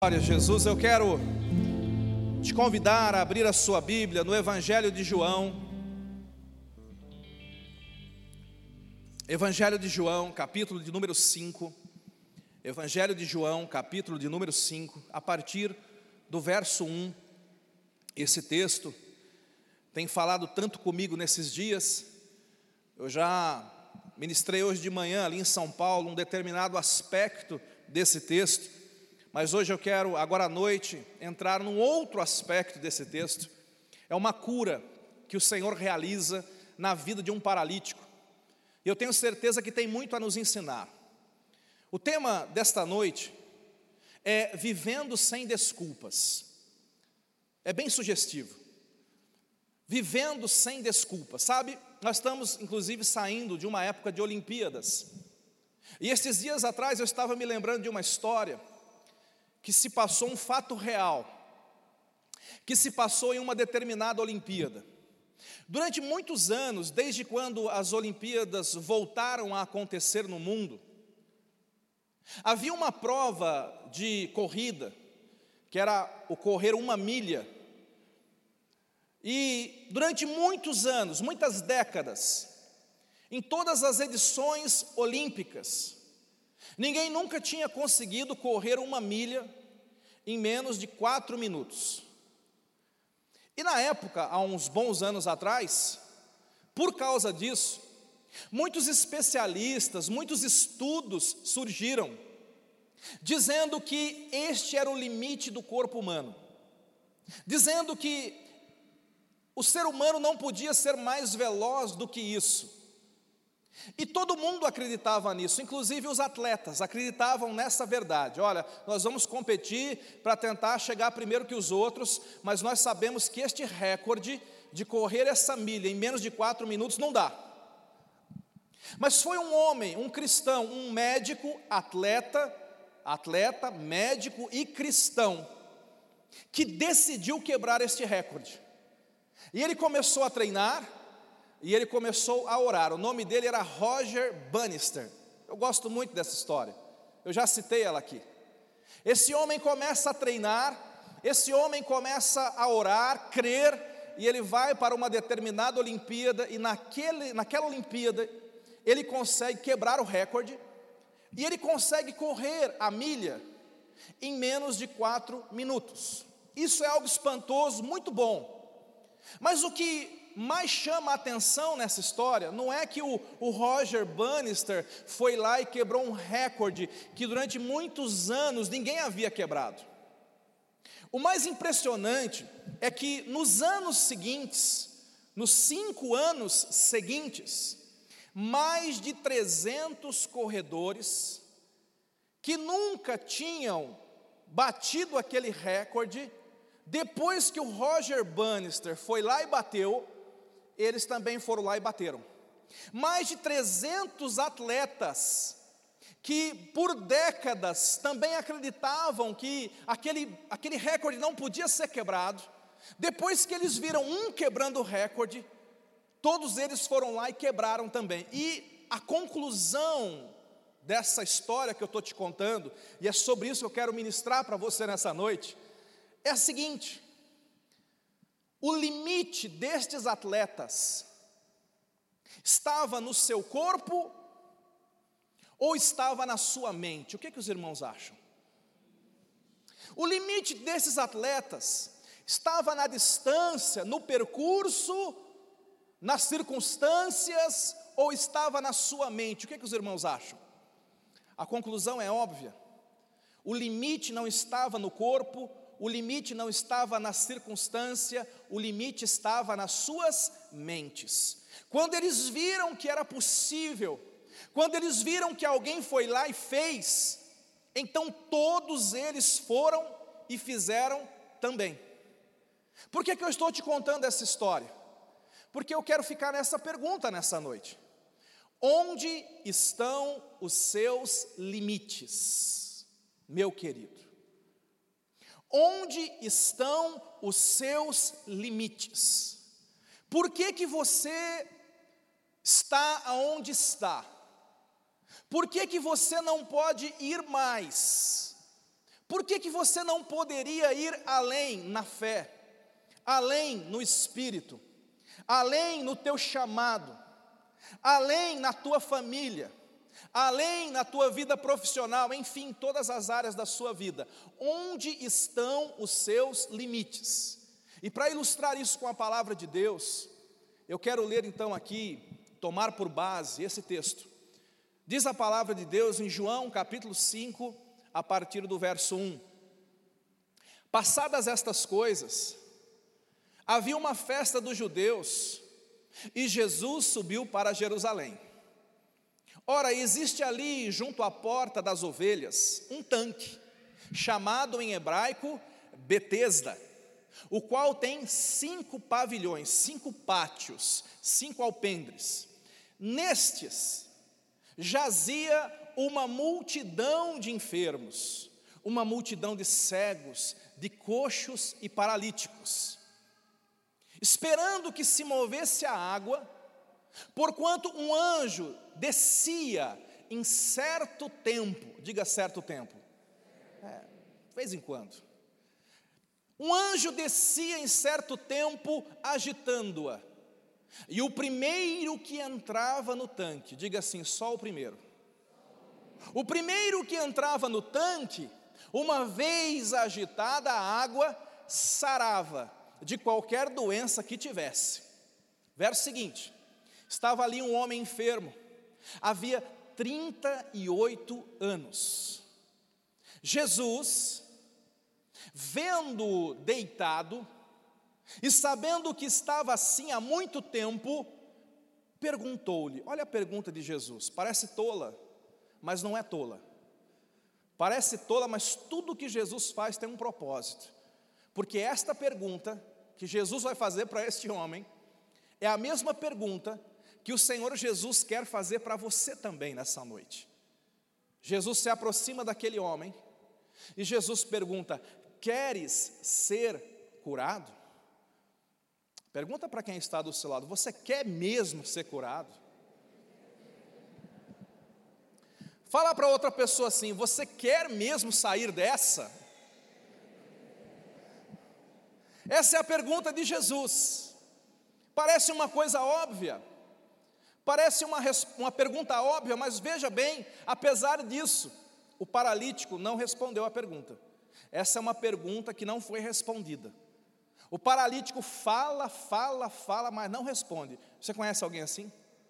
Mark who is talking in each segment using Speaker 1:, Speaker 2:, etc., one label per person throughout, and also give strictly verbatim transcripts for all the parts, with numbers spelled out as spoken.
Speaker 1: Glória a Jesus, eu quero te convidar a abrir a sua Bíblia no Evangelho de João. Evangelho de João, capítulo de número cinco. Evangelho de João, capítulo de número cinco, a partir do verso um. Esse texto tem falado tanto comigo nesses dias. Eu já ministrei hoje de manhã ali em São Paulo um determinado aspecto desse texto. Mas hoje eu quero, agora à noite, entrar num outro aspecto desse texto. É uma cura que o Senhor realiza na vida de um paralítico. E eu tenho certeza que tem muito a nos ensinar. O tema desta noite é vivendo sem desculpas. É bem sugestivo. Vivendo sem desculpas. Sabe, nós estamos inclusive saindo de uma época de Olimpíadas. E esses dias atrás eu estava me lembrando de uma história que se passou, um fato real, que se passou em uma determinada Olimpíada. Durante muitos anos, desde quando as Olimpíadas voltaram a acontecer no mundo, havia uma prova de corrida, que era o correr uma milha, e durante muitos anos, muitas décadas, em todas as edições olímpicas, ninguém nunca tinha conseguido correr uma milha em menos de quatro minutos. E na época, há uns bons anos atrás, por causa disso, muitos especialistas, muitos estudos surgiram, dizendo que este era o limite do corpo humano, dizendo que o ser humano não podia ser mais veloz do que isso. E todo mundo acreditava nisso, inclusive os atletas acreditavam nessa verdade. Olha, nós vamos competir para tentar chegar primeiro que os outros, mas nós sabemos que este recorde de correr essa milha em menos de quatro minutos não dá. Mas foi um homem, um cristão, um médico, atleta, atleta, médico e cristão, que decidiu quebrar este recorde. E ele começou a treinar, e ele começou a orar. O nome dele era Roger Bannister. Eu gosto muito dessa história. Eu já citei ela aqui. Esse homem começa a treinar, esse homem começa a orar, crer, e ele vai para uma determinada Olimpíada, e naquele, naquela Olimpíada, ele consegue quebrar o recorde, e ele consegue correr a milha em menos de quatro minutos. Isso é algo espantoso, muito bom. Mas o que mais chama a atenção nessa história não é que o, o Roger Bannister foi lá e quebrou um recorde que durante muitos anos ninguém havia quebrado. O mais impressionante é que nos anos seguintes, nos cinco anos seguintes, mais de trezentos corredores que nunca tinham batido aquele recorde, depois que o Roger Bannister foi lá e bateu, eles também foram lá e bateram. Mais de trezentos atletas que por décadas também acreditavam que aquele, aquele recorde não podia ser quebrado, depois que eles viram um quebrando o recorde, todos eles foram lá e quebraram também. E a conclusão dessa história que eu estou te contando, e é sobre isso que eu quero ministrar para você nessa noite, é a seguinte: o limite destes atletas estava no seu corpo ou estava na sua mente? O que, que os irmãos acham? O limite desses atletas estava na distância, no percurso, nas circunstâncias, ou estava na sua mente? O que, que os irmãos acham? A conclusão é óbvia. O limite não estava no corpo, o limite não estava na circunstância, o limite estava nas suas mentes. Quando eles viram que era possível, quando eles viram que alguém foi lá e fez, então todos eles foram e fizeram também. Por que que eu estou te contando essa história? Porque eu quero ficar nessa pergunta nessa noite. Onde estão os seus limites, meu querido? Onde estão os seus limites? Por que que você está aonde está? Por que que você não pode ir mais? Por que que você não poderia ir além na fé, além no Espírito, além no teu chamado, além na tua família, além na tua vida profissional, enfim, todas as áreas da sua vida? Onde estão os seus limites? E para ilustrar isso com a palavra de Deus, eu quero ler então aqui, tomar por base esse texto. Diz a palavra de Deus em João capítulo cinco, a partir do verso um. Passadas estas coisas, havia uma festa dos judeus, e Jesus subiu para Jerusalém. Ora, existe ali, junto à porta das ovelhas, um tanque, chamado em hebraico Betesda, o qual tem cinco pavilhões, cinco pátios, cinco alpendres. Nestes jazia uma multidão de enfermos, uma multidão de cegos, de coxos e paralíticos, esperando que se movesse a água, porquanto um anjo descia em certo tempo, diga certo tempo, é, de vez em quando, um anjo descia em certo tempo agitando-a, e o primeiro que entrava no tanque, diga assim, só o primeiro, o primeiro que entrava no tanque, uma vez agitada a água, sarava de qualquer doença que tivesse. Verso seguinte, estava ali um homem enfermo, havia trinta e oito anos. Jesus, vendo-o deitado, e sabendo que estava assim há muito tempo, perguntou-lhe, olha a pergunta de Jesus, parece tola, mas não é tola. Parece tola, mas tudo que Jesus faz tem um propósito. Porque esta pergunta que Jesus vai fazer para este homem, é a mesma pergunta que o Senhor Jesus quer fazer para você também nessa noite. Jesus se aproxima daquele homem, e Jesus pergunta, queres ser curado? Pergunta para quem está do seu lado, você quer mesmo ser curado? Fala para outra pessoa assim, você quer mesmo sair dessa? Essa é a pergunta de Jesus. Parece uma coisa óbvia, parece uma, uma pergunta óbvia, mas veja bem, apesar disso, o paralítico não respondeu a pergunta. Essa é uma pergunta que não foi respondida. O paralítico fala, fala, fala, mas não responde. Você conhece alguém assim?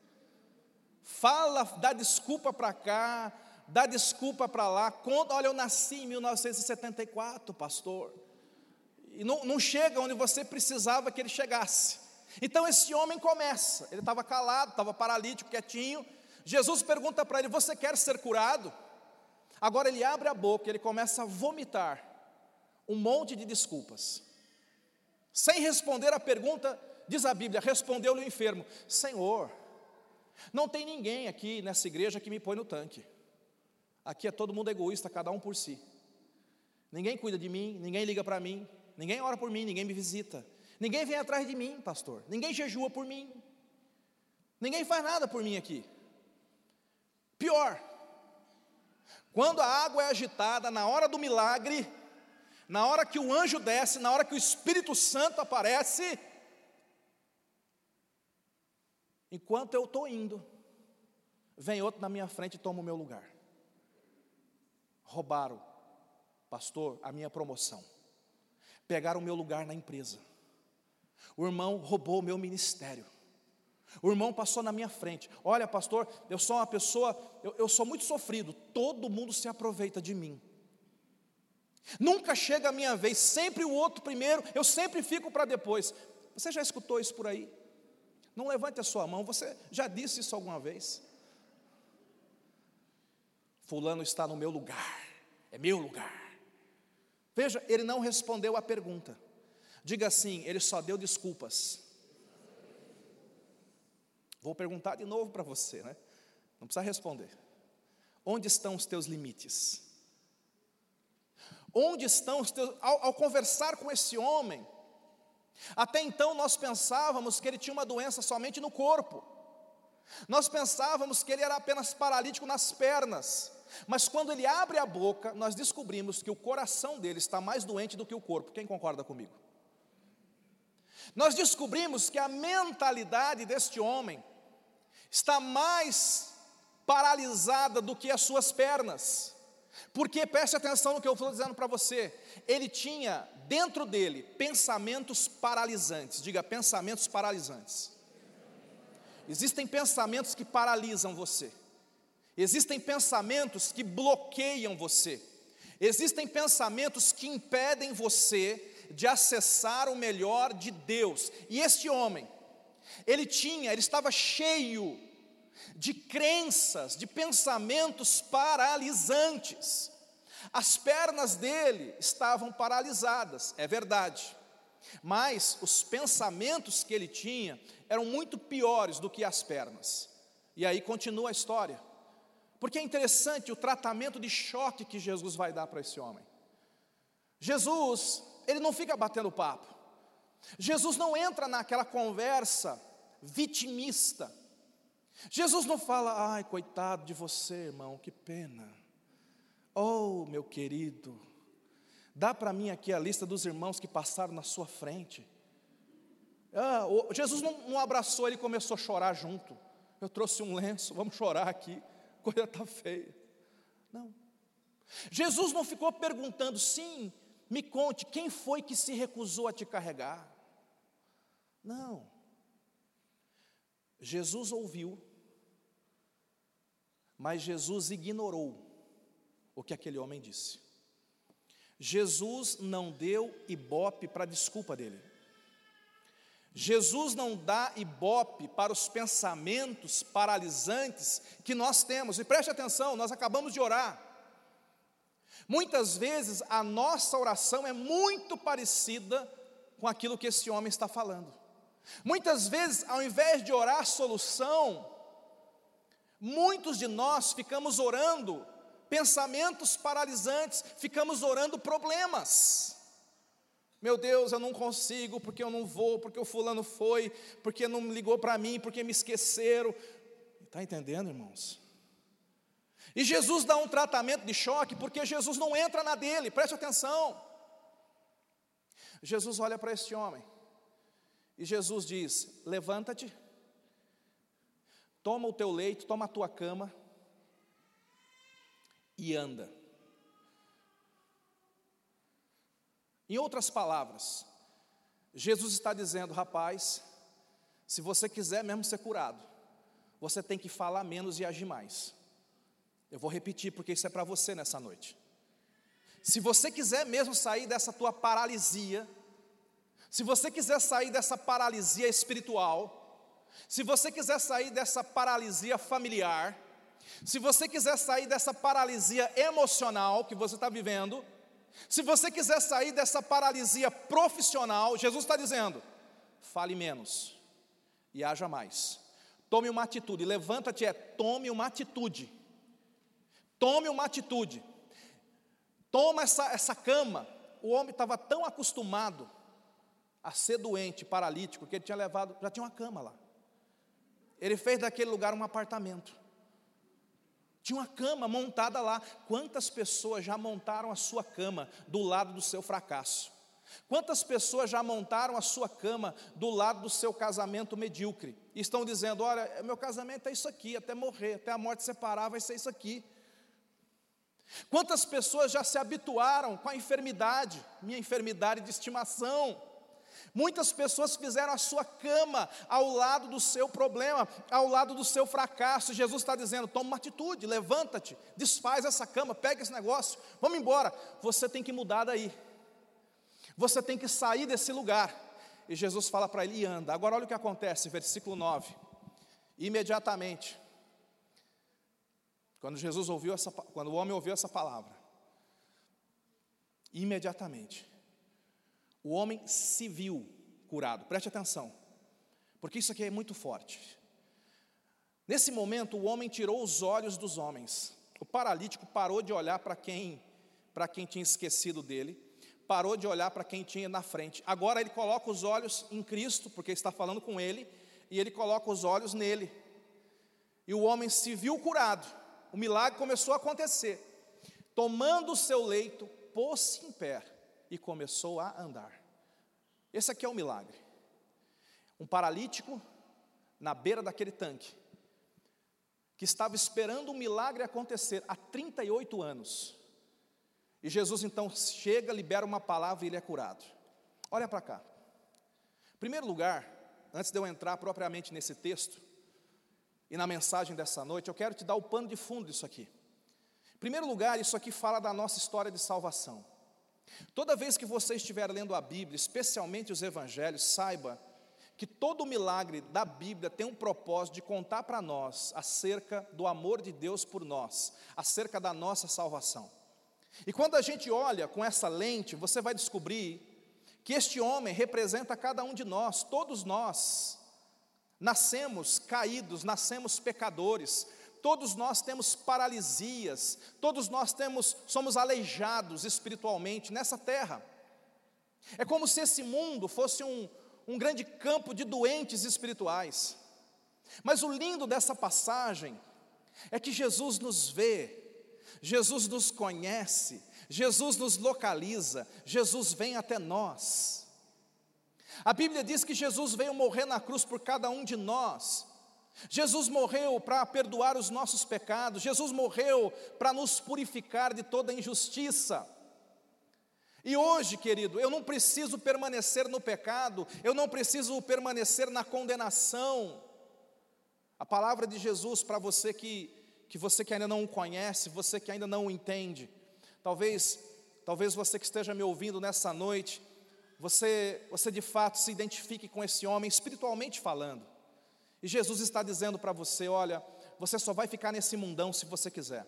Speaker 1: Fala, dá desculpa para cá, dá desculpa para lá, conta, olha, eu nasci em mil novecentos e setenta e quatro, pastor, e não, não chega onde você precisava que ele chegasse. Então esse homem começa, ele estava calado, estava paralítico, quietinho. Jesus pergunta para ele, você quer ser curado? Agora ele abre a boca, ele começa a vomitar um monte de desculpas. Sem responder a pergunta, diz a Bíblia, respondeu-lhe o enfermo, Senhor, não tem ninguém aqui nessa igreja que me põe no tanque. Aqui é todo mundo egoísta, cada um por si. Ninguém cuida de mim, ninguém liga para mim, ninguém ora por mim, ninguém me visita. Ninguém vem atrás de mim, pastor. Ninguém jejua por mim. Ninguém faz nada por mim aqui. Pior, quando a água é agitada, na hora do milagre, na hora que o anjo desce, na hora que o Espírito Santo aparece, enquanto eu estou indo, vem outro na minha frente e toma o meu lugar. Roubaram, pastor, a minha promoção. Pegaram o meu lugar na empresa. O irmão roubou o meu ministério. O irmão passou na minha frente. Olha, pastor, eu sou uma pessoa, eu, eu sou muito sofrido. Todo mundo se aproveita de mim. Nunca chega a minha vez, sempre o outro primeiro, eu sempre fico para depois. Você já escutou isso por aí? Não levante a sua mão, você já disse isso alguma vez? Fulano está no meu lugar, é meu lugar. Veja, ele não respondeu a pergunta. Diga assim, ele só deu desculpas. Vou perguntar de novo para você, né? Não precisa responder. Onde estão os teus limites? Onde estão os teus... Ao, ao conversar com esse homem, até então nós pensávamos que ele tinha uma doença somente no corpo. Nós pensávamos que ele era apenas paralítico nas pernas. mas quando ele abre a boca, nós descobrimos que o coração dele está mais doente do que o corpo. Quem concorda comigo? Nós descobrimos que a mentalidade deste homem está mais paralisada do que as suas pernas. Porque, preste atenção no que eu estou dizendo para você, ele tinha dentro dele pensamentos paralisantes. Diga, pensamentos paralisantes. Existem pensamentos que paralisam você. Existem pensamentos que bloqueiam você. Existem pensamentos que impedem você de acessar o melhor de Deus. E este homem, ele tinha, ele estava cheio de crenças, de pensamentos paralisantes. As pernas dele estavam paralisadas, é verdade. Mas os pensamentos que ele tinha eram muito piores do que as pernas. E aí continua a história. Porque é interessante o tratamento de choque que Jesus vai dar para esse homem. Jesus, ele não fica batendo papo. Jesus não entra naquela conversa vitimista. Jesus não fala, ai, coitado de você, irmão, que pena. Oh, meu querido, dá para mim aqui a lista dos irmãos que passaram na sua frente. Ah, Jesus não, não abraçou ele e começou a chorar junto. Eu trouxe um lenço, vamos chorar aqui, a coisa está feia. Não. Jesus não ficou perguntando, sim, me conte, quem foi que se recusou a te carregar? Não. Jesus ouviu, mas Jesus ignorou o que aquele homem disse. Jesus não deu ibope para a desculpa dele. Jesus não dá ibope para os pensamentos paralisantes que nós temos. E preste atenção, nós acabamos de orar. Muitas vezes a nossa oração é muito parecida com aquilo que esse homem está falando. Muitas vezes, ao invés de orar solução, muitos de nós ficamos orando pensamentos paralisantes, ficamos orando problemas. Meu Deus, eu não consigo, porque eu não vou, porque o fulano foi, porque não ligou para mim, porque me esqueceram. Está entendendo, irmãos? E Jesus dá um tratamento de choque, porque Jesus não entra na dele, preste atenção. Jesus olha para este homem, e Jesus diz, levanta-te, toma o teu leito, toma a tua cama, e anda. Em outras palavras, Jesus está dizendo, rapaz, se você quiser mesmo ser curado, você tem que falar menos e agir mais. Eu vou repetir, porque isso é para você nessa noite. Se você quiser mesmo sair dessa tua paralisia, se você quiser sair dessa paralisia espiritual, se você quiser sair dessa paralisia familiar, se você quiser sair dessa paralisia emocional que você está vivendo, se você quiser sair dessa paralisia profissional, Jesus está dizendo, fale menos e haja mais. Tome uma atitude, levanta-te é, tome uma atitude. Tome uma atitude. Toma essa, essa cama. O homem estava tão acostumado a ser doente, paralítico, que ele tinha levado, já tinha uma cama lá. Ele fez daquele lugar um apartamento. Tinha uma cama montada lá. Quantas pessoas já montaram a sua cama do lado do seu fracasso? Quantas pessoas já montaram a sua cama do lado do seu casamento medíocre? E estão dizendo, olha, meu casamento é isso aqui, até morrer, até a morte separar vai ser isso aqui. Quantas pessoas já se habituaram com a enfermidade, minha enfermidade de estimação? Muitas pessoas fizeram a sua cama ao lado do seu problema, ao lado do seu fracasso. Jesus está dizendo, toma uma atitude, levanta-te, desfaz essa cama, pega esse negócio, vamos embora. Você tem que mudar daí, você tem que sair desse lugar. E Jesus fala para ele, e anda. Agora olha o que acontece, versículo nove. Imediatamente, quando Jesus ouviu essa, quando o homem ouviu essa palavra, imediatamente, o homem se viu curado. Preste atenção, porque isso aqui é muito forte. Nesse momento, o homem tirou os olhos dos homens. O paralítico parou de olhar para quem, para quem tinha esquecido dele, parou de olhar para quem tinha na frente. Agora ele coloca os olhos em Cristo, porque está falando com ele, e ele coloca os olhos nele. E o homem se viu curado. o milagre começou a acontecer. Tomando o seu leito, pôs-se em pé e começou a andar. Esse aqui é o milagre. Um paralítico na beira daquele tanque, que estava esperando um milagre acontecer há trinta e oito anos. E Jesus então chega, libera uma palavra e ele é curado. Olha para cá. Em primeiro lugar, antes de eu entrar propriamente nesse texto e na mensagem dessa noite, eu quero te dar o pano de fundo disso aqui. Em primeiro lugar, isso aqui fala da nossa história de salvação. Toda vez que você estiver lendo a Bíblia, especialmente os evangelhos, saiba que todo milagre da Bíblia tem um propósito de contar para nós acerca do amor de Deus por nós, acerca da nossa salvação. E quando a gente olha com essa lente, você vai descobrir que este homem representa cada um de nós. Todos nós nascemos caídos, nascemos pecadores, todos nós temos paralisias, todos nós temos, somos aleijados espiritualmente nessa terra. É como se esse mundo fosse um um grande campo de doentes espirituais. Mas o lindo dessa passagem é que Jesus nos vê, Jesus nos conhece, Jesus nos localiza, Jesus vem até nós. A Bíblia diz que Jesus veio morrer na cruz por cada um de nós. Jesus morreu para perdoar os nossos pecados, Jesus morreu para nos purificar de toda injustiça. E hoje, querido, eu não preciso permanecer no pecado, eu não preciso permanecer na condenação. A palavra de Jesus para você que, que você que ainda não o conhece, você que ainda não o entende, talvez, talvez você que esteja me ouvindo nessa noite, você, você de fato se identifique com esse homem espiritualmente falando. E Jesus está dizendo para você, olha, você só vai ficar nesse mundão se você quiser.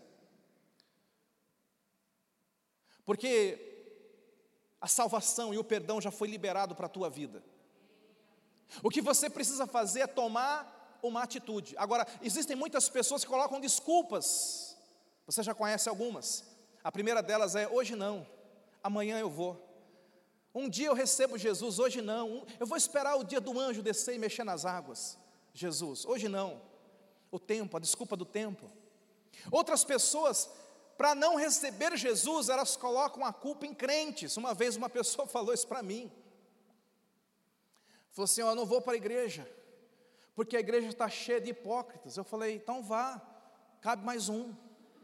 Speaker 1: Porque a salvação e o perdão já foi liberado para a tua vida. O que você precisa fazer é tomar uma atitude. Agora, existem muitas pessoas que colocam desculpas. Você já conhece algumas. A primeira delas é, hoje não, amanhã eu vou. Um dia eu recebo Jesus, hoje não. Eu vou esperar o dia do anjo descer e mexer nas águas. Jesus, hoje não. O tempo, a desculpa do tempo. Outras pessoas, para não receber Jesus, elas colocam a culpa em crentes. Uma vez uma pessoa falou isso para mim. Falou assim, ó, eu não vou para a igreja, porque a igreja está cheia de hipócritas. Eu falei, então vá, cabe mais um.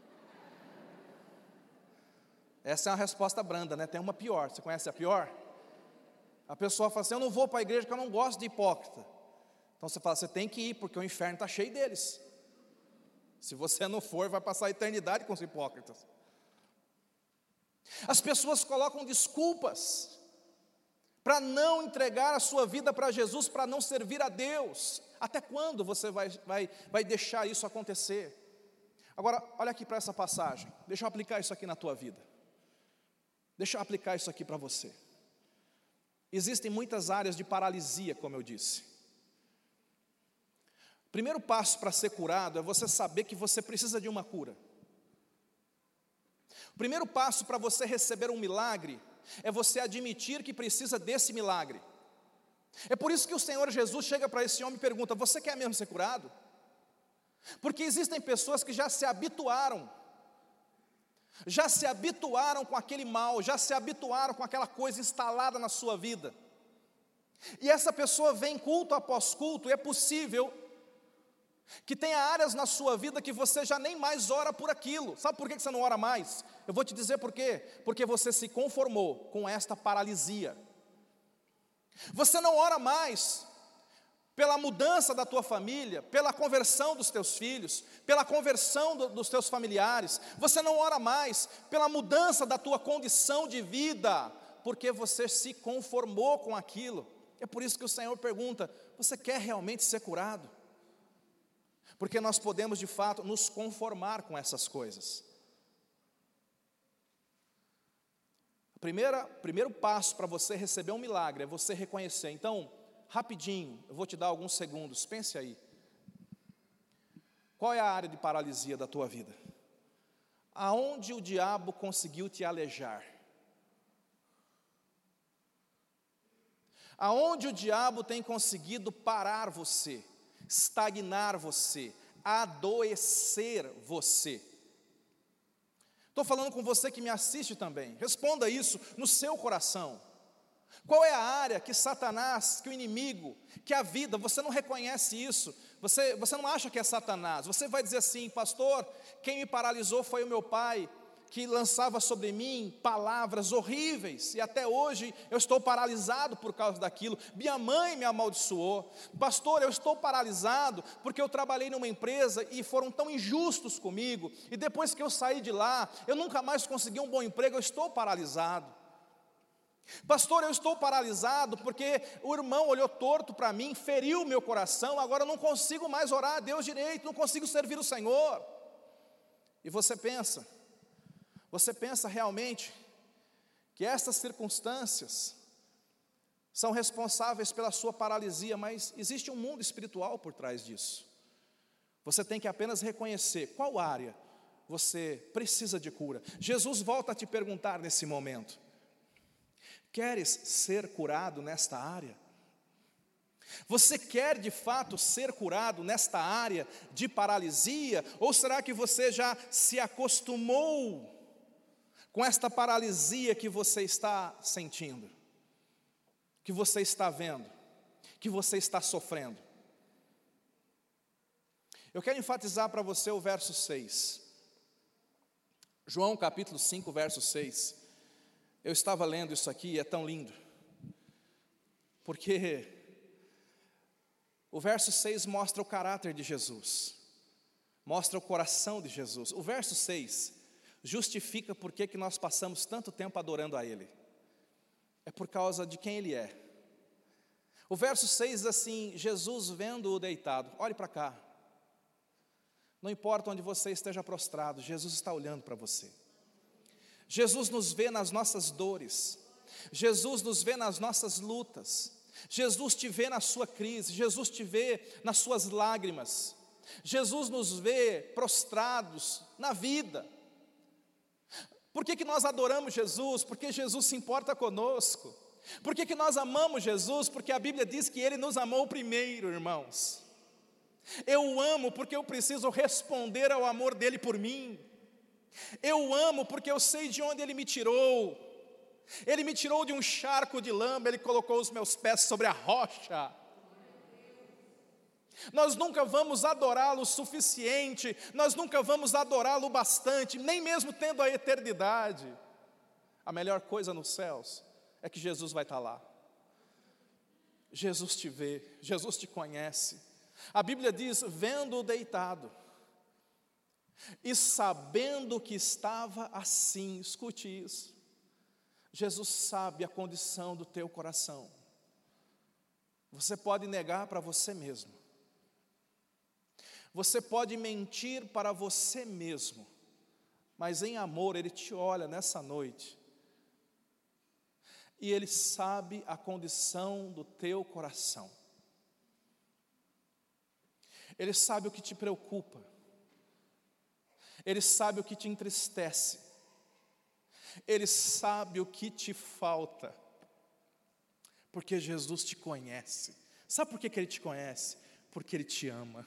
Speaker 1: Essa é uma resposta branda, né? Tem uma pior, você conhece a pior? A pessoa fala assim, eu não vou para a igreja porque eu não gosto de hipócrita. Então você fala, você tem que ir, porque o inferno está cheio deles. Se você não for, vai passar a eternidade com os hipócritas. As pessoas colocam desculpas para não entregar a sua vida para Jesus, para não servir a Deus. Até quando você vai, vai, vai deixar isso acontecer? Agora, olha aqui para essa passagem. Deixa eu aplicar isso aqui na tua vida. Deixa eu aplicar isso aqui para você. Existem muitas áreas de paralisia, como eu disse. O primeiro passo para ser curado é você saber que você precisa de uma cura. O primeiro passo para você receber um milagre é você admitir que precisa desse milagre. É por isso que o Senhor Jesus chega para esse homem e pergunta, você quer mesmo ser curado? Porque existem pessoas que já se habituaram, já se habituaram com aquele mal, já se habituaram com aquela coisa instalada na sua vida. E essa pessoa vem culto após culto, e é possível que tenha áreas na sua vida que você já nem mais ora por aquilo. Sabe por que você não ora mais? Eu vou te dizer por quê. Porque você se conformou com esta paralisia. Você não ora mais pela mudança da tua família, pela conversão dos teus filhos, pela conversão do, dos teus familiares. Você não ora mais pela mudança da tua condição de vida, porque você se conformou com aquilo. É por isso que o Senhor pergunta, você quer realmente ser curado? Porque nós podemos, de fato, nos conformar com essas coisas. O primeiro passo para você receber um milagre é você reconhecer. Então, rapidinho, eu vou te dar alguns segundos, pense aí. Qual é a área de paralisia da tua vida? Aonde o diabo conseguiu te alejar? Aonde o diabo tem conseguido parar você? Estagnar você, adoecer você. Estou falando com você que me assiste também. Responda isso no seu coração. Qual é a área que Satanás, que o inimigo, que a vida, você não reconhece isso, você, você não acha que é Satanás, você vai dizer assim: pastor, quem me paralisou foi o meu pai, que lançava sobre mim palavras horríveis, e até hoje eu estou paralisado por causa daquilo. Minha mãe me amaldiçoou. Pastor, eu estou paralisado porque eu trabalhei numa empresa e foram tão injustos comigo, e depois que eu saí de lá, eu nunca mais consegui um bom emprego, eu estou paralisado. Pastor, eu estou paralisado porque o irmão olhou torto para mim, feriu o meu coração, agora eu não consigo mais orar a Deus direito, não consigo servir o Senhor. E você pensa, você pensa realmente que estas circunstâncias são responsáveis pela sua paralisia, mas existe um mundo espiritual por trás disso. Você tem que apenas reconhecer qual área você precisa de cura. Jesus volta a te perguntar nesse momento: queres ser curado nesta área? Você quer de fato ser curado nesta área de paralisia? Ou será que você já se acostumou com esta paralisia que você está sentindo, que você está vendo, que você está sofrendo? Eu quero enfatizar para você o verso seis. João capítulo cinco, verso seis. Eu estava lendo isso aqui e é tão lindo, porque o verso seis mostra o caráter de Jesus, mostra o coração de Jesus. O verso seis justifica por que que nós passamos tanto tempo adorando a Ele. É por causa de quem Ele é. O verso seis diz assim: Jesus vendo-o deitado, olhe para cá. Não importa onde você esteja prostrado, Jesus está olhando para você. Jesus nos vê nas nossas dores, Jesus nos vê nas nossas lutas, Jesus te vê na sua crise, Jesus te vê nas suas lágrimas, Jesus nos vê prostrados na vida. Por que que nós adoramos Jesus? Porque Jesus se importa conosco. Por que que nós amamos Jesus? Porque a Bíblia diz que Ele nos amou primeiro, irmãos. Eu o amo porque eu preciso responder ao amor dEle por mim. Eu o amo porque eu sei de onde Ele me tirou. Ele me tirou de um charco de lama, Ele colocou os meus pés sobre a rocha. Nós nunca vamos adorá-lo o suficiente, nós nunca vamos adorá-lo bastante, nem mesmo tendo a eternidade. A melhor coisa nos céus é que Jesus vai estar lá. Jesus te vê, Jesus te conhece. A Bíblia diz: vendo-o deitado e sabendo que estava assim. Escute isso. Jesus sabe a condição do teu coração. Você pode negar para você mesmo. Você pode mentir para você mesmo. Mas em amor Ele te olha nessa noite. E Ele sabe a condição do teu coração. Ele sabe o que te preocupa. Ele sabe o que te entristece. Ele sabe o que te falta. Porque Jesus te conhece. Sabe por que que Ele te conhece? Porque Ele te ama.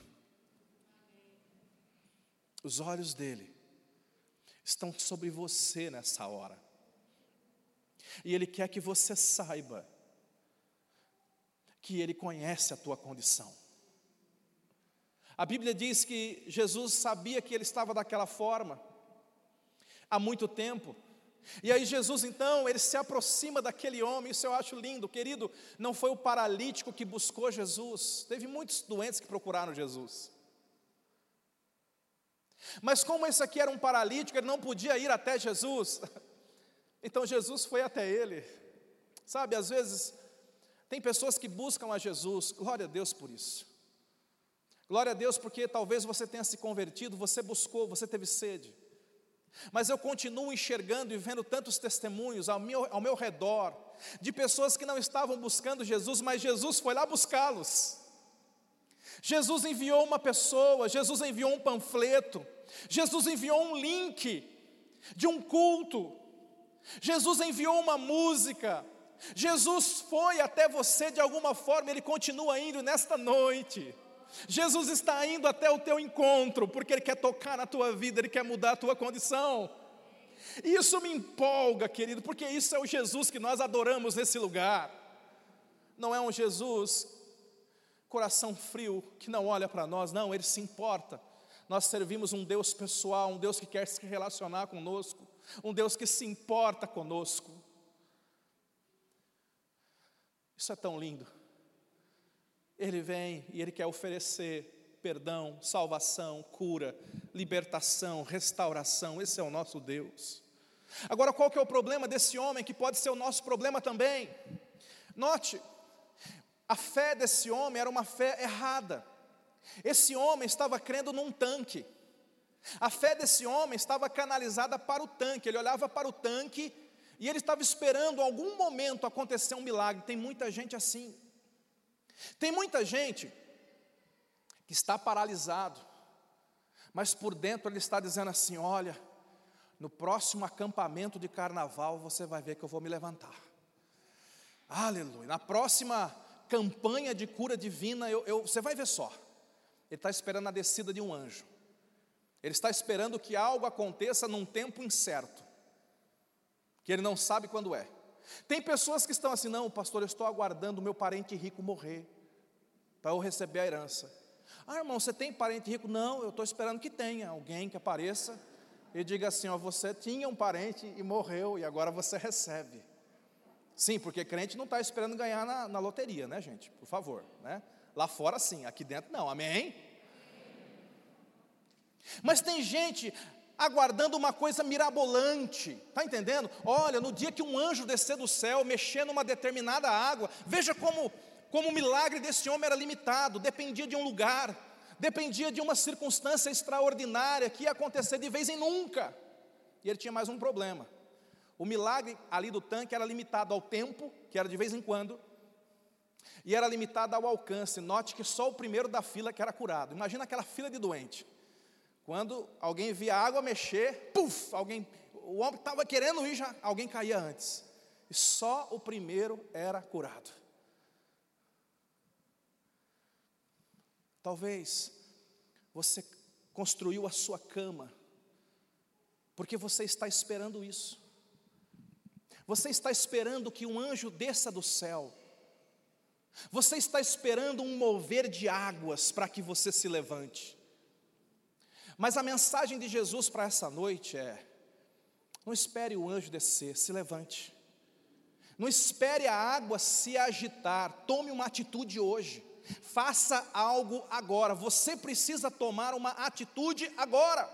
Speaker 1: Os olhos dEle estão sobre você nessa hora. E Ele quer que você saiba que Ele conhece a tua condição. A Bíblia diz que Jesus sabia que ele estava daquela forma há muito tempo. E aí Jesus então, ele se aproxima daquele homem. Isso eu acho lindo, querido. Não foi o paralítico que buscou Jesus. Teve muitos doentes que procuraram Jesus. Mas como esse aqui era um paralítico, ele não podia ir até Jesus. Então Jesus foi até ele. Sabe, às vezes tem pessoas que buscam a Jesus. Glória a Deus por isso. Glória a Deus porque talvez você tenha se convertido, você buscou, você teve sede. Mas eu continuo enxergando e vendo tantos testemunhos ao meu, ao meu redor, de pessoas que não estavam buscando Jesus, mas Jesus foi lá buscá-los. Jesus enviou uma pessoa, Jesus enviou um panfleto, Jesus enviou um link de um culto, Jesus enviou uma música, Jesus foi até você de alguma forma, Ele continua indo nesta noite. Jesus está indo até o teu encontro, porque Ele quer tocar na tua vida, Ele quer mudar a tua condição. E isso me empolga, querido, porque isso é o Jesus que nós adoramos nesse lugar. Não é um Jesus coração frio, que não olha para nós, não, Ele se importa. Nós servimos um Deus pessoal, um Deus que quer se relacionar conosco, um Deus que se importa conosco. Isso é tão lindo. Ele vem e Ele quer oferecer perdão, salvação, cura, libertação, restauração. Esse é o nosso Deus. Agora, qual que é o problema desse homem, que pode ser o nosso problema também? Note, a fé desse homem era uma fé errada. Esse homem estava crendo num tanque. A fé desse homem estava canalizada para o tanque. Ele olhava para o tanque e ele estava esperando em algum momento acontecer um milagre. Tem muita gente assim. Tem muita gente que está paralisado, mas por dentro ele está dizendo assim: olha, no próximo acampamento de carnaval você vai ver que eu vou me levantar. Aleluia. Na próxima campanha de cura divina, eu, eu, você vai ver só. Ele está esperando a descida de um anjo. Ele está esperando que algo aconteça num tempo incerto, que ele não sabe quando é. Tem pessoas que estão assim: não, pastor, eu estou aguardando o meu parente rico morrer, para eu receber a herança. Ah, irmão, você tem parente rico? Não, eu estou esperando que tenha alguém que apareça e diga assim: ó, você tinha um parente e morreu, e agora você recebe. Sim, porque crente não está esperando ganhar na, na loteria, né, gente? Por favor, né? Lá fora sim, aqui dentro não, amém? Mas tem gente aguardando uma coisa mirabolante, está entendendo? Olha, no dia que um anjo descer do céu, mexer numa determinada água, veja como, como o milagre desse homem era limitado, dependia de um lugar, dependia de uma circunstância extraordinária, que ia acontecer de vez em nunca. E ele tinha mais um problema: o milagre ali do tanque era limitado ao tempo, que era de vez em quando, e era limitado ao alcance. Note que só o primeiro da fila que era curado. Imagina aquela fila de doente. Quando alguém via a água mexer, puf, alguém, o homem estava querendo ir, já, alguém caía antes. E só o primeiro era curado. Talvez você construiu a sua cama porque você está esperando isso. Você está esperando que um anjo desça do céu. Você está esperando um mover de águas para que você se levante. Mas a mensagem de Jesus para essa noite é: não espere o anjo descer, se levante. Não espere a água se agitar, tome uma atitude hoje. Faça algo agora. Você precisa tomar uma atitude agora.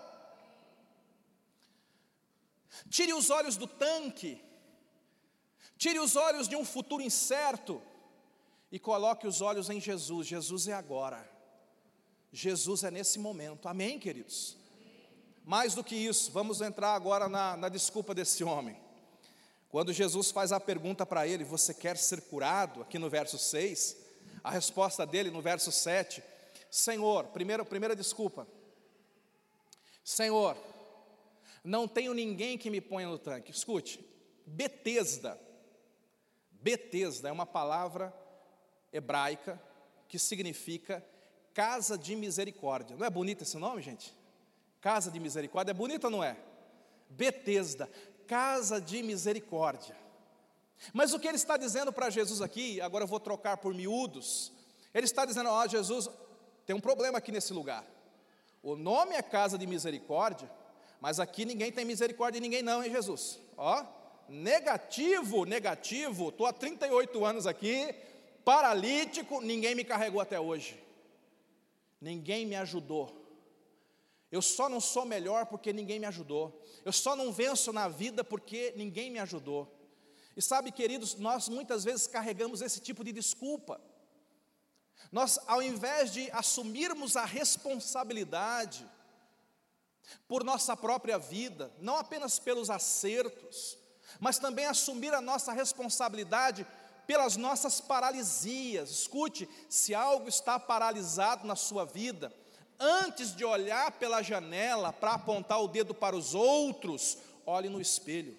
Speaker 1: Tire os olhos do tanque, tire os olhos de um futuro incerto e coloque os olhos em Jesus. Jesus é agora. Jesus é nesse momento, amém, queridos? Mais do que isso, vamos entrar agora na, na desculpa desse homem. Quando Jesus faz a pergunta para ele: você quer ser curado? Aqui no verso seis, a resposta dele no verso sete: Senhor, primeira, primeira desculpa, Senhor, não tenho ninguém que me ponha no tanque. Escute, Betesda, Betesda é uma palavra hebraica que significa casa de misericórdia. Não é bonito esse nome, gente? Casa de misericórdia, é bonito ou não é? Betesda, casa de misericórdia. Mas o que ele está dizendo para Jesus aqui, agora eu vou trocar por miúdos, ele está dizendo: ó, Jesus, tem um problema aqui nesse lugar. O nome é casa de misericórdia, mas aqui ninguém tem misericórdia de ninguém não, hein, Jesus? Ó, negativo, negativo, estou há trinta e oito anos aqui, paralítico, ninguém me carregou até hoje. Ninguém me ajudou. Eu só não sou melhor porque ninguém me ajudou. Eu só não venço na vida porque ninguém me ajudou. E sabe, queridos, nós muitas vezes carregamos esse tipo de desculpa. Nós, ao invés de assumirmos a responsabilidade por nossa própria vida, não apenas pelos acertos, mas também assumir a nossa responsabilidade pelas nossas paralisias. Escute, se algo está paralisado na sua vida, antes de olhar pela janela para apontar o dedo para os outros, olhe no espelho.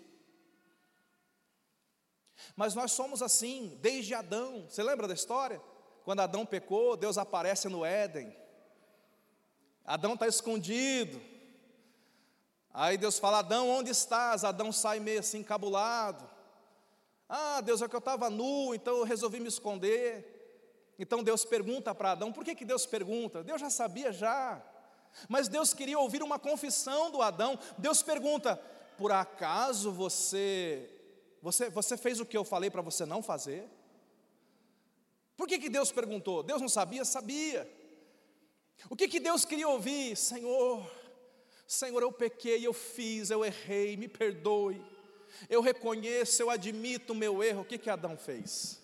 Speaker 1: Mas nós somos assim, desde Adão. Você lembra da história? Quando Adão pecou, Deus aparece no Éden. Adão está escondido. Aí Deus fala: Adão, onde estás? Adão sai meio assim encabulado. Ah, Deus, é que eu estava nu, então eu resolvi me esconder. Então Deus pergunta para Adão. Por que que Deus pergunta? Deus já sabia já. Mas Deus queria ouvir uma confissão do Adão. Deus pergunta: por acaso você, você, você fez o que eu falei para você não fazer? Por que que Deus perguntou? Deus não sabia? Sabia. O que que Deus queria ouvir? Senhor, Senhor, eu pequei, eu fiz, eu errei, me perdoe. Eu reconheço, eu admito o meu erro. O que que Adão fez?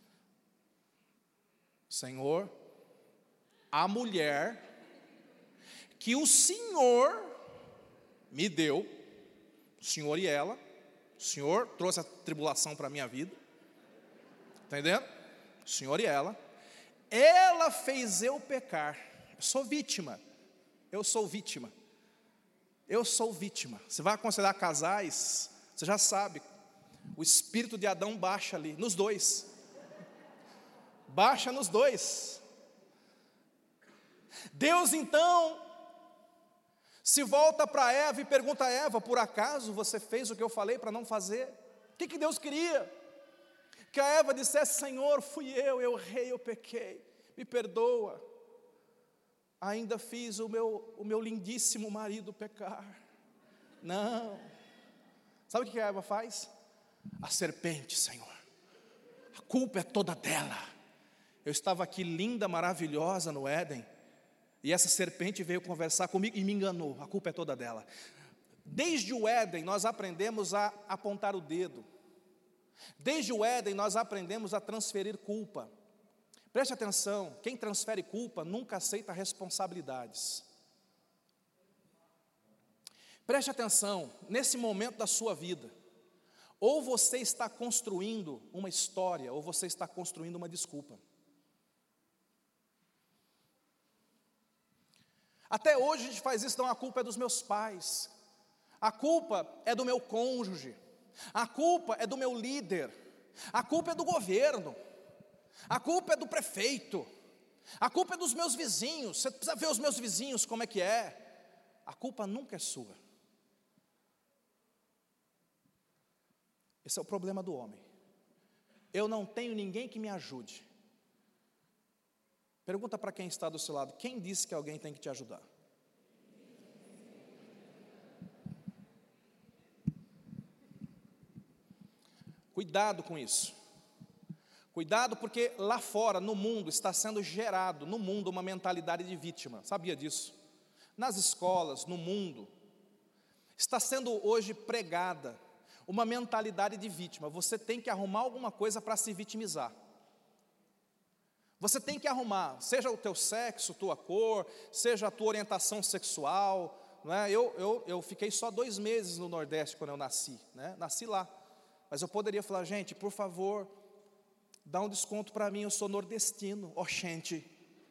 Speaker 1: Senhor, a mulher que o Senhor me deu, o Senhor e ela, o Senhor trouxe a tribulação para a minha vida, entendendo? O Senhor e ela, ela fez eu pecar. Eu sou vítima, eu sou vítima, eu sou vítima. Você vai aconselhar casais, você já sabe, o espírito de Adão baixa ali, nos dois, baixa nos dois. Deus então se volta para Eva e pergunta a Eva: por acaso você fez o que eu falei para não fazer? O que que Deus queria? Que a Eva dissesse: Senhor, fui eu, eu errei, eu pequei, me perdoa. Ainda fiz o meu, o meu lindíssimo marido pecar. Não. Sabe o que a Eva faz? A serpente, Senhor, a culpa é toda dela. Eu estava aqui linda, maravilhosa no Éden, e essa serpente veio conversar comigo e me enganou. A culpa é toda dela. Desde o Éden nós aprendemos a apontar o dedo. Desde o Éden nós aprendemos a transferir culpa. Preste atenção, quem transfere culpa nunca aceita responsabilidades. Preste atenção, nesse momento da sua vida, ou você está construindo uma história, ou você está construindo uma desculpa. Até hoje a gente faz isso. Então a culpa é dos meus pais, a culpa é do meu cônjuge, a culpa é do meu líder, a culpa é do governo, a culpa é do prefeito, a culpa é dos meus vizinhos. Você precisa ver os meus vizinhos como é que é. A culpa nunca é sua. Esse é o problema do homem. Eu não tenho ninguém que me ajude. Pergunta para quem está do seu lado: quem disse que alguém tem que te ajudar? Cuidado com isso. Cuidado, porque lá fora, no mundo, está sendo gerado, no mundo, uma mentalidade de vítima. Sabia disso? Nas escolas, no mundo, está sendo hoje pregada uma mentalidade de vítima. Você tem que arrumar alguma coisa para se vitimizar. Você tem que arrumar, seja o teu sexo, tua cor, seja a tua orientação sexual, não é? eu, eu, eu fiquei só dois meses no Nordeste quando eu nasci, né? Nasci lá, mas eu poderia falar: gente, por favor, dá um desconto para mim, eu sou nordestino. Oxente,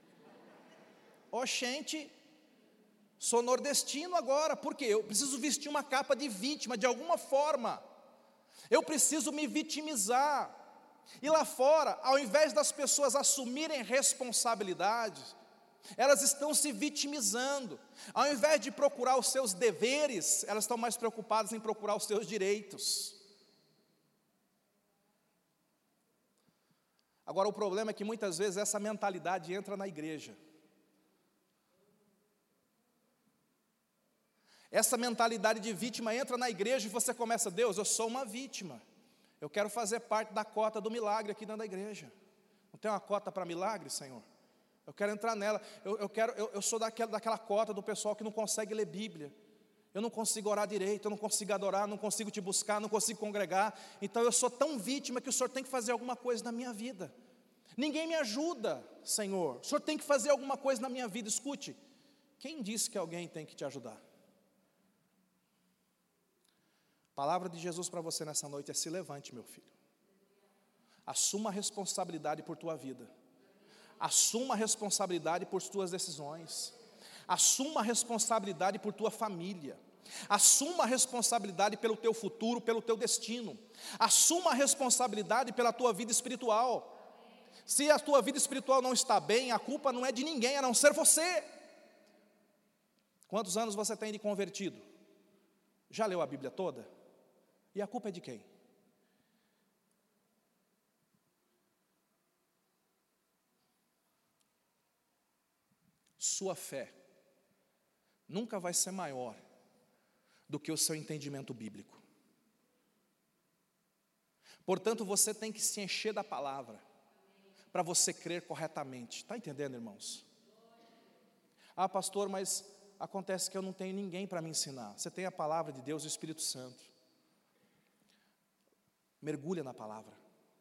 Speaker 1: oxente, sou nordestino agora, porque eu preciso vestir uma capa de vítima de alguma forma, eu preciso me vitimizar. E lá fora, ao invés das pessoas assumirem responsabilidades, elas estão se vitimizando. Ao invés de procurar os seus deveres, elas estão mais preocupadas em procurar os seus direitos. Agora, o problema é que muitas vezes essa mentalidade entra na igreja. Essa mentalidade de vítima entra na igreja e você começa: Deus, eu sou uma vítima, eu quero fazer parte da cota do milagre aqui dentro da igreja. Não tem uma cota para milagre, Senhor? Eu quero entrar nela. Eu, eu, quero, eu, eu sou daquela, daquela cota do pessoal que não consegue ler Bíblia. Eu não consigo orar direito, eu não consigo adorar, não consigo te buscar, não consigo congregar. Então eu sou tão vítima que o Senhor tem que fazer alguma coisa na minha vida. Ninguém me ajuda, Senhor. O Senhor tem que fazer alguma coisa na minha vida. Escute, quem disse que alguém tem que te ajudar? A palavra de Jesus para você nessa noite é: se levante, meu filho. Assuma a responsabilidade por tua vida. Assuma a responsabilidade por tuas decisões. Assuma a responsabilidade por tua família. Assuma a responsabilidade pelo teu futuro, pelo teu destino. Assuma a responsabilidade pela tua vida espiritual. Se a tua vida espiritual não está bem, a culpa não é de ninguém, a não ser você. Quantos anos você tem de convertido? Já leu a Bíblia toda? E a culpa é de quem? Sua fé nunca vai ser maior do que o seu entendimento bíblico. Portanto, você tem que se encher da palavra para você crer corretamente. Está entendendo, irmãos? Ah, pastor, mas acontece que eu não tenho ninguém para me ensinar. Você tem a palavra de Deus e o Espírito Santo. Mergulha na palavra.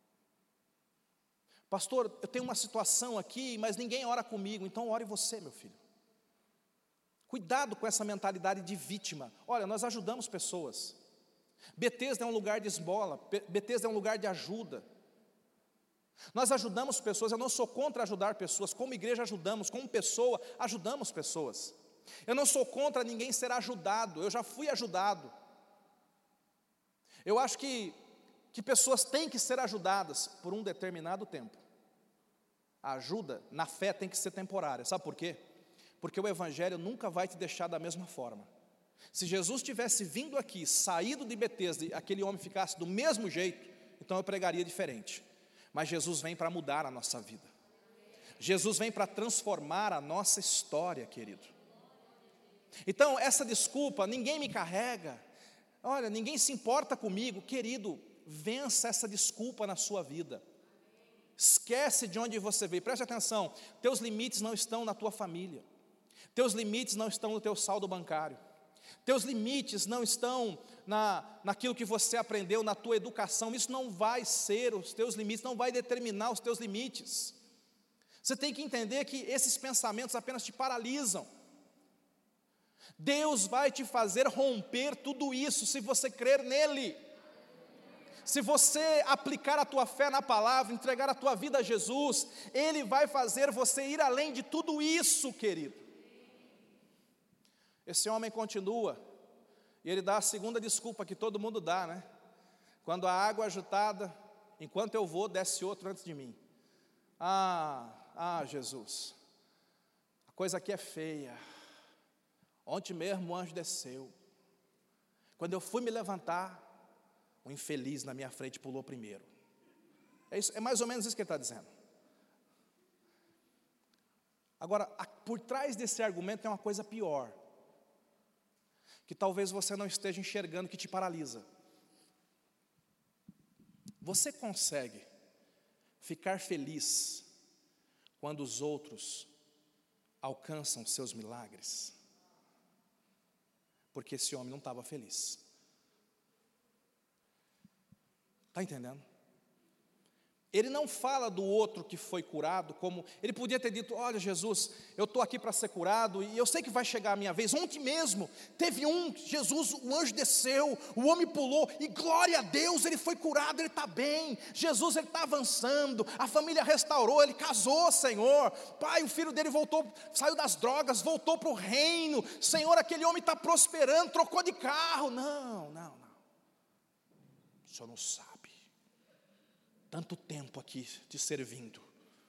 Speaker 1: Pastor, eu tenho uma situação aqui, mas ninguém ora comigo. Então ore você, meu filho. Cuidado com essa mentalidade de vítima. Olha, nós ajudamos pessoas. Betesda é um lugar de esmola, Betesda é um lugar de ajuda. Nós ajudamos pessoas, eu não sou contra ajudar pessoas, como igreja ajudamos, como pessoa ajudamos pessoas. Eu não sou contra ninguém ser ajudado, eu já fui ajudado. Eu acho que, que pessoas têm que ser ajudadas por um determinado tempo. A ajuda na fé tem que ser temporária, sabe por quê? Porque o Evangelho nunca vai te deixar da mesma forma. Se Jesus tivesse vindo aqui, saído de Betesda, e aquele homem ficasse do mesmo jeito, então eu pregaria diferente. Mas Jesus vem para mudar a nossa vida. Jesus vem para transformar a nossa história, querido. Então, essa desculpa, ninguém me carrega, olha, ninguém se importa comigo, querido, vença essa desculpa na sua vida. Esquece de onde você veio, preste atenção, teus limites não estão na tua família, teus limites não estão no teu saldo bancário, teus limites não estão na, naquilo que você aprendeu, na tua educação, isso não vai ser os teus limites, não vai determinar os teus limites. Você tem que entender que esses pensamentos apenas te paralisam. Deus vai te fazer romper tudo isso se você crer nele. Se você aplicar a tua fé na palavra, entregar a tua vida a Jesus, Ele vai fazer você ir além de tudo isso, querido. Esse homem continua, e ele dá a segunda desculpa que todo mundo dá, né? Quando a água é agitada, enquanto eu vou, desce outro antes de mim. Ah, ah, Jesus, a coisa aqui é feia. Ontem mesmo o anjo desceu. Quando eu fui me levantar, o infeliz na minha frente pulou primeiro. É, isso, é mais ou menos isso que ele está dizendo. Agora, a, por trás desse argumento tem uma coisa pior, que talvez você não esteja enxergando, que te paralisa. Você consegue ficar feliz quando os outros alcançam seus milagres? Porque esse homem não estava feliz. Está entendendo? Ele não fala do outro que foi curado, como ele podia ter dito: olha, Jesus, eu estou aqui para ser curado, e eu sei que vai chegar a minha vez. Ontem mesmo, teve um, Jesus, o anjo desceu, o homem pulou, e glória a Deus, ele foi curado, ele está bem. Jesus, ele está avançando, a família restaurou, ele casou, Senhor. Pai, o filho dele voltou, saiu das drogas, voltou para o reino. Senhor, aquele homem está prosperando, trocou de carro. Não, não, não. O Senhor não sabe. Tanto tempo aqui te servindo,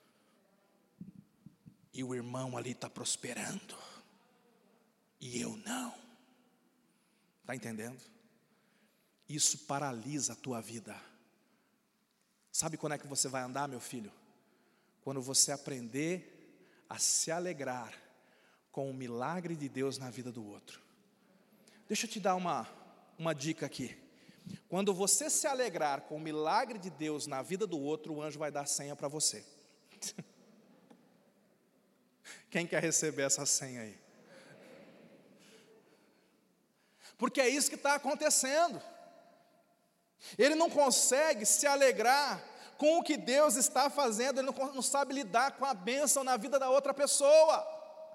Speaker 1: e o irmão ali está prosperando, e eu não. Está entendendo? Isso paralisa a tua vida. Sabe quando é que você vai andar, meu filho? Quando você aprender a se alegrar com o milagre de Deus na vida do outro. Deixa eu te dar uma, uma dica aqui. Quando você se alegrar com o milagre de Deus na vida do outro, o anjo vai dar a senha para você. Quem quer receber essa senha aí? Porque é isso que está acontecendo. Ele não consegue se alegrar com o que Deus está fazendo, ele não, não sabe lidar com a bênção na vida da outra pessoa.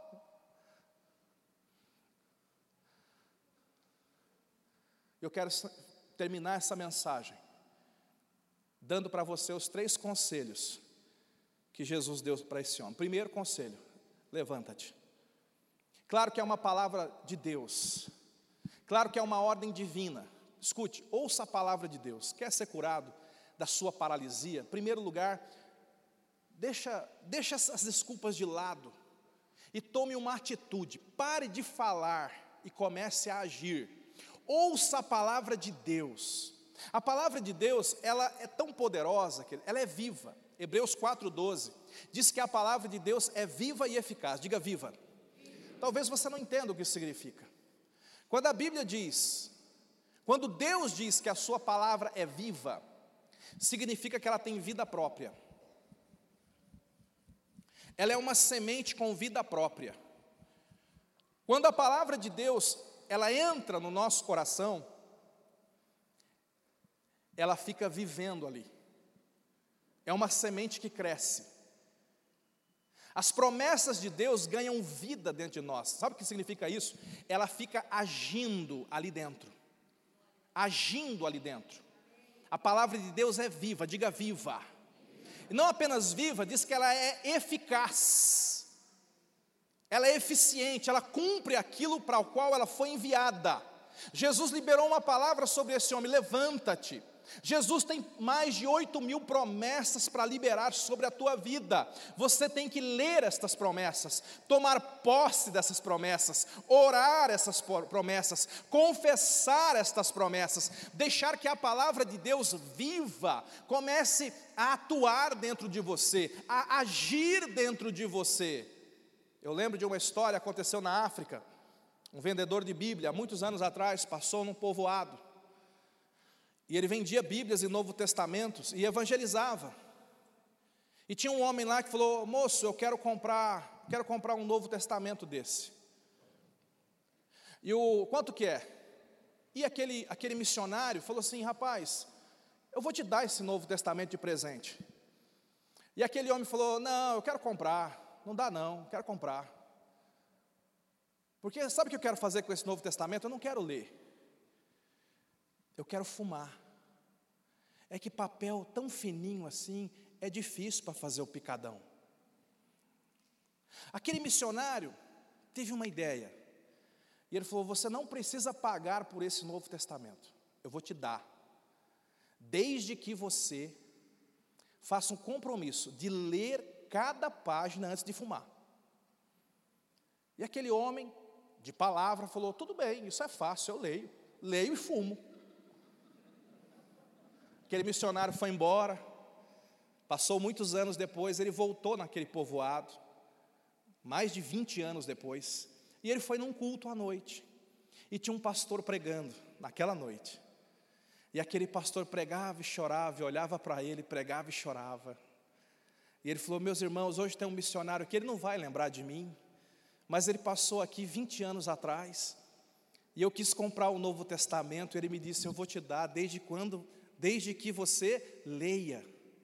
Speaker 1: Eu quero terminar essa mensagem dando para você os três conselhos que Jesus deu para esse homem. Primeiro conselho: levanta-te. Claro que é uma palavra de Deus, claro que é uma ordem divina. Escute, ouça a palavra de Deus. Quer ser curado da sua paralisia? Em primeiro lugar, deixa, deixa essas desculpas de lado e tome uma atitude. Pare de falar e comece a agir. ouça a palavra de Deus. A palavra de Deus, ela é tão poderosa, que ela é viva. Hebreus quatro, doze, diz que a palavra de Deus é viva e eficaz. Diga viva. Talvez você não entenda o que isso significa. Quando a Bíblia diz, quando Deus diz que a sua palavra é viva, significa que ela tem vida própria. Ela é uma semente com vida própria. Quando a palavra de Deus, ela entra no nosso coração, ela fica vivendo ali. É uma semente que cresce. As promessas de Deus ganham vida dentro de nós. Sabe o que significa isso? Ela fica agindo ali dentro. Agindo ali dentro. A palavra de Deus é viva, diga viva. E não apenas viva, diz que ela é eficaz. Ela é eficiente, ela cumpre aquilo para o qual ela foi enviada. Jesus liberou uma palavra sobre esse homem, levanta-te. Jesus tem mais de oito mil promessas para liberar sobre a tua vida. Você tem que ler estas promessas, tomar posse dessas promessas, orar essas promessas, confessar estas promessas, deixar que a palavra de Deus viva, comece a atuar dentro de você, a agir dentro de você. Eu lembro de uma história, aconteceu na África. Um vendedor de Bíblia, há muitos anos atrás, passou num povoado. E ele vendia Bíblias e Novo Testamentos e evangelizava. E tinha um homem lá que falou: moço, eu quero comprar, quero comprar um Novo Testamento desse. E o quanto que é? E aquele, aquele missionário falou assim: rapaz, eu vou te dar esse Novo Testamento de presente. E aquele homem falou: não, eu quero comprar. Não dá não, quero comprar. Porque sabe o que eu quero fazer com esse Novo Testamento? Eu não quero ler. Eu quero fumar. É que papel tão fininho assim é difícil para fazer o picadão. Aquele missionário teve uma ideia. E ele falou: você não precisa pagar por esse Novo Testamento. Eu vou te dar. Desde que você faça um compromisso de ler cada página antes de fumar. E aquele homem de palavra falou: tudo bem, isso é fácil, eu leio. Leio e fumo. Aquele missionário foi embora. Passou muitos anos depois, ele voltou naquele povoado, mais de vinte anos depois, e ele foi num culto à noite, e tinha um pastor pregando, naquela noite, e aquele pastor pregava e chorava, e olhava para ele, pregava e chorava, e ele falou: meus irmãos, hoje tem um missionário que ele não vai lembrar de mim, mas ele passou aqui vinte anos atrás, e eu quis comprar o Novo Testamento, e ele me disse: eu vou te dar, desde quando, desde que você leia.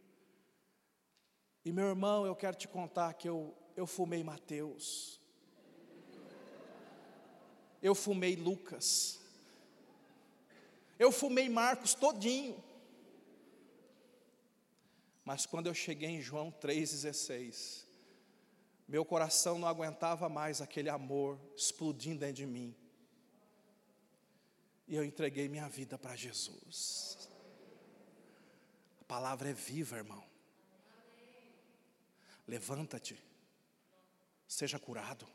Speaker 1: E meu irmão, eu quero te contar que eu, eu fumei Mateus, eu fumei Lucas, eu fumei Marcos todinho, mas quando eu cheguei em João três dezesseis, meu coração não aguentava mais aquele amor explodindo dentro de mim, e eu entreguei minha vida para Jesus. A palavra é viva, irmão. Levanta-te, seja curado,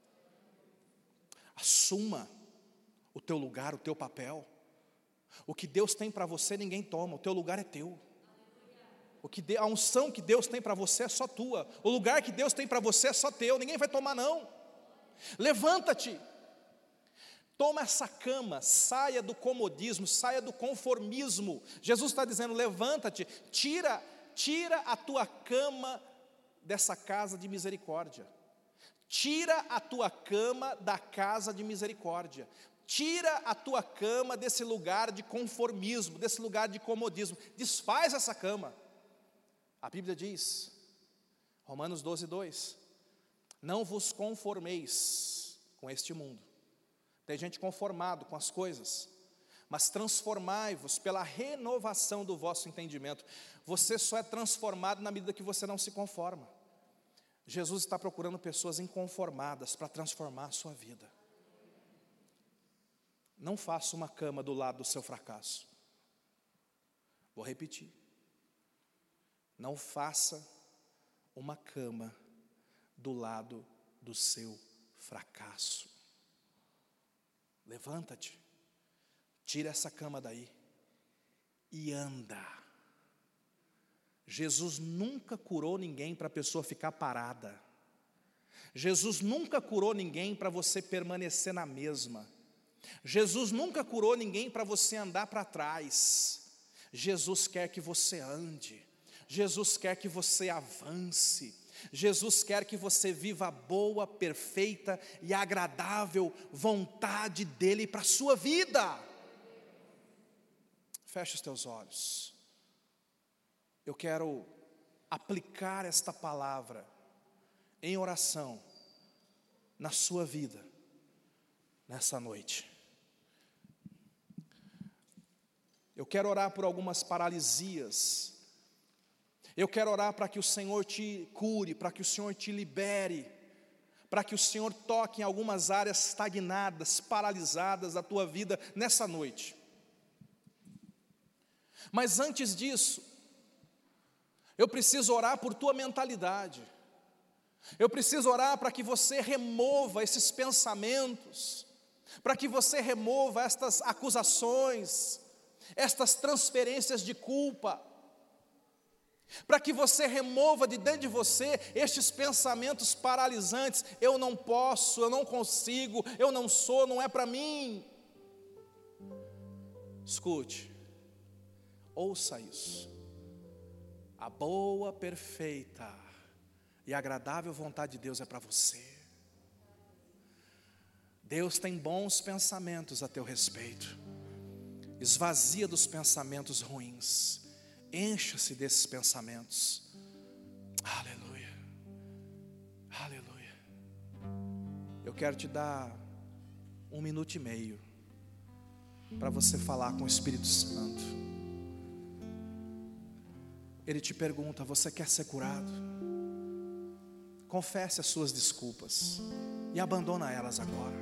Speaker 1: assuma o teu lugar, o teu papel. O que Deus tem para você ninguém toma, o teu lugar é teu. O que de, a unção que Deus tem para você é só tua, o lugar que Deus tem para você é só teu, ninguém vai tomar não. Levanta-te, toma essa cama, saia do comodismo, saia do conformismo. Jesus está dizendo: levanta-te, tira, tira a tua cama dessa casa de misericórdia, tira a tua cama da casa de misericórdia, tira a tua cama desse lugar de conformismo, desse lugar de comodismo, desfaz essa cama. A Bíblia diz, Romanos doze, dois, não vos conformeis com este mundo. Tem gente conformado com as coisas, mas transformai-vos pela renovação do vosso entendimento. Você só é transformado na medida que você não se conforma. Jesus está procurando pessoas inconformadas para transformar a sua vida. Não faça uma cama do lado do seu fracasso. Vou repetir. Não faça uma cama do lado do seu fracasso. Levanta-te. tira essa cama daí e anda. Jesus nunca curou ninguém para a pessoa ficar parada. Jesus nunca curou ninguém para você permanecer na mesma. Jesus nunca curou ninguém para você andar para trás. Jesus quer que você ande. Jesus quer que você avance. Jesus quer que você viva a boa, perfeita e agradável vontade dEle para a sua vida. Feche os teus olhos. Eu quero aplicar esta palavra em oração na sua vida, nessa noite. Eu quero orar por algumas paralisias. Eu quero orar para que o Senhor te cure, para que o Senhor te libere, para que o Senhor toque em algumas áreas estagnadas, paralisadas da tua vida nessa noite. Mas antes disso, eu preciso orar por tua mentalidade. Eu preciso orar para que você remova esses pensamentos, para que você remova estas acusações, estas transferências de culpa, para que você remova de dentro de você estes pensamentos paralisantes. Eu não posso, eu não consigo, eu não sou, não é para mim. Escute, ouça isso. A boa, perfeita e agradável vontade de Deus é para você. Deus tem bons pensamentos a teu respeito. Esvazia dos pensamentos ruins. Encha-se desses pensamentos. Aleluia. Aleluia. Eu quero te dar um minuto e meio para você falar com o Espírito Santo. Ele te pergunta: você quer ser curado? Confesse as suas desculpas e abandona elas agora.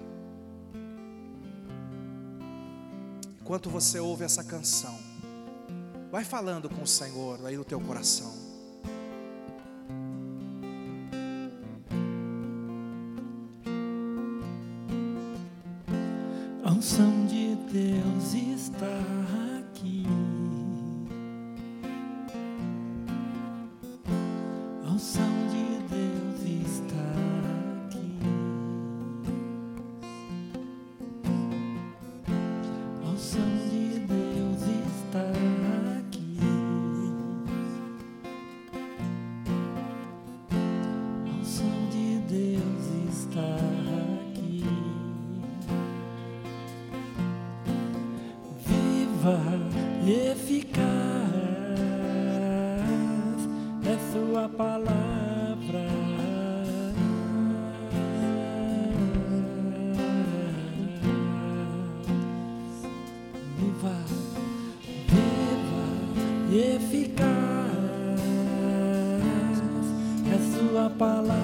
Speaker 1: Enquanto você ouve essa canção, vai falando com o Senhor aí no teu coração.
Speaker 2: A unção de Deus está aqui. A unção de Deus está aqui. A unção de Deus está aqui. A unção de Deus está aqui. Viva e eficaz é sua palavra. Viva, viva e eficaz é sua palavra.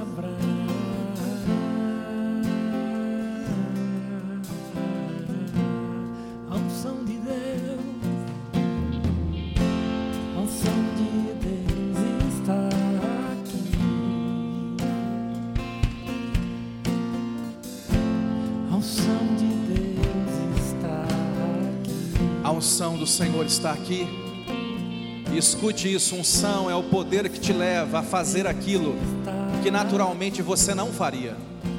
Speaker 2: A unção de Deus, a unção de Deus está aqui. A unção de Deus está aqui.
Speaker 1: A unção do Senhor está aqui. E escute isso: unção é o poder que te leva a fazer aquilo que naturalmente você não faria.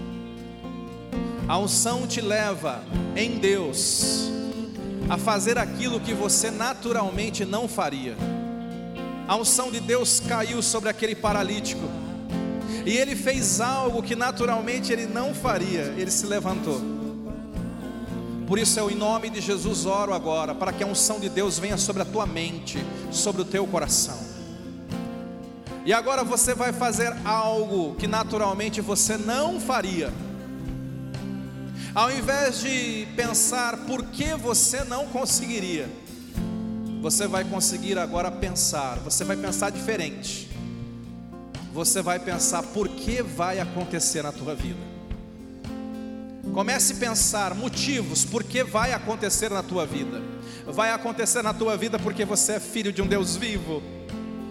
Speaker 1: A unção te leva em Deus a fazer aquilo que você naturalmente não faria. A unção de Deus caiu sobre aquele paralítico e ele fez algo que naturalmente ele não faria. Ele se levantou. Por isso eu, em nome de Jesus, oro agora para que a unção de Deus venha sobre a tua mente, sobre o teu coração. E agora você vai fazer algo que naturalmente você não faria. Ao invés de pensar por que você não conseguiria, você vai conseguir agora pensar. Você vai pensar diferente. Você vai pensar por que vai acontecer na tua vida. Comece a pensar motivos por que vai acontecer na tua vida. Vai acontecer na tua vida porque você é filho de um Deus vivo.